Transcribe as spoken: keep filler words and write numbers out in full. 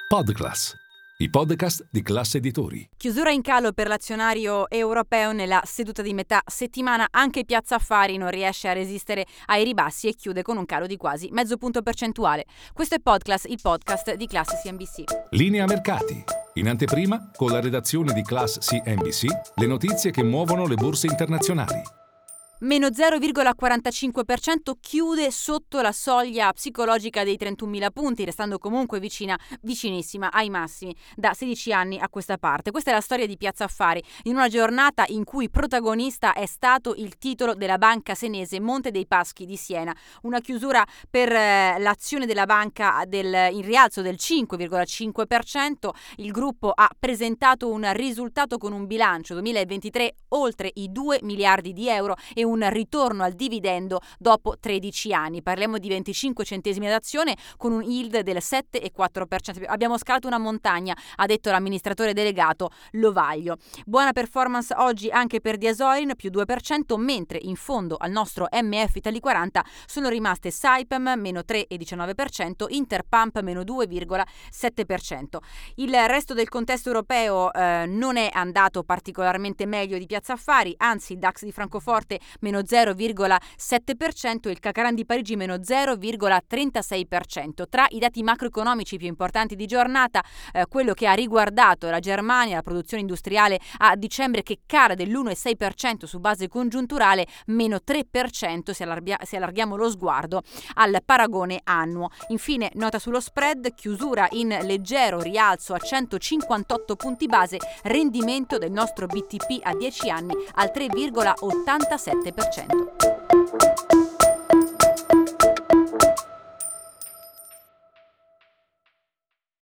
Podclass, i podcast di Class Editori. Chiusura in calo per l'azionario europeo nella seduta di metà settimana. Anche Piazza Affari non riesce a resistere ai ribassi e chiude con un calo di quasi mezzo punto percentuale. Questo è Podclass, il podcast di Class C N B C. Linea mercati. In anteprima, con la redazione di Class C N B C, le notizie che muovono le borse internazionali. Meno zero virgola quarantacinque per cento, chiude sotto la soglia psicologica dei trentunomila punti, restando comunque vicina, vicinissima ai massimi da sedici anni a questa parte. Questa è la storia di Piazza Affari, in una giornata in cui protagonista è stato il titolo della banca senese Monte dei Paschi di Siena. Una chiusura per eh, l'azione della banca del, in rialzo del cinque virgola cinque per cento. Il gruppo ha presentato un risultato con un bilancio duemilaventitré oltre i due miliardi di euro e un ritorno al dividendo dopo tredici anni. Parliamo di venticinque centesimi ad azione con un yield del sette virgola quattro per cento. Abbiamo scalato una montagna, ha detto l'amministratore delegato Lovaglio. Buona performance oggi anche per Diasorin, più due per cento, mentre in fondo al nostro M F Italy quaranta sono rimaste Saipem meno tre virgola diciannove per cento, Interpump meno due virgola sette per cento. Il resto del contesto europeo eh, non è andato particolarmente meglio di Piazza Affari, anzi il DAX di Francoforte meno zero virgola sette per cento e il CAC di Parigi meno zero virgola trentasei per cento. Tra i dati macroeconomici più importanti di giornata, eh, quello che ha riguardato la Germania, la produzione industriale a dicembre che cala dell'uno virgola sei per cento su base congiunturale, meno tre per cento se, allarga- se allarghiamo lo sguardo al paragone annuo. Infine, nota sullo spread, chiusura in leggero rialzo a centocinquantotto punti base, rendimento del nostro B T P a dieci anni al tre virgola ottantasette per cento.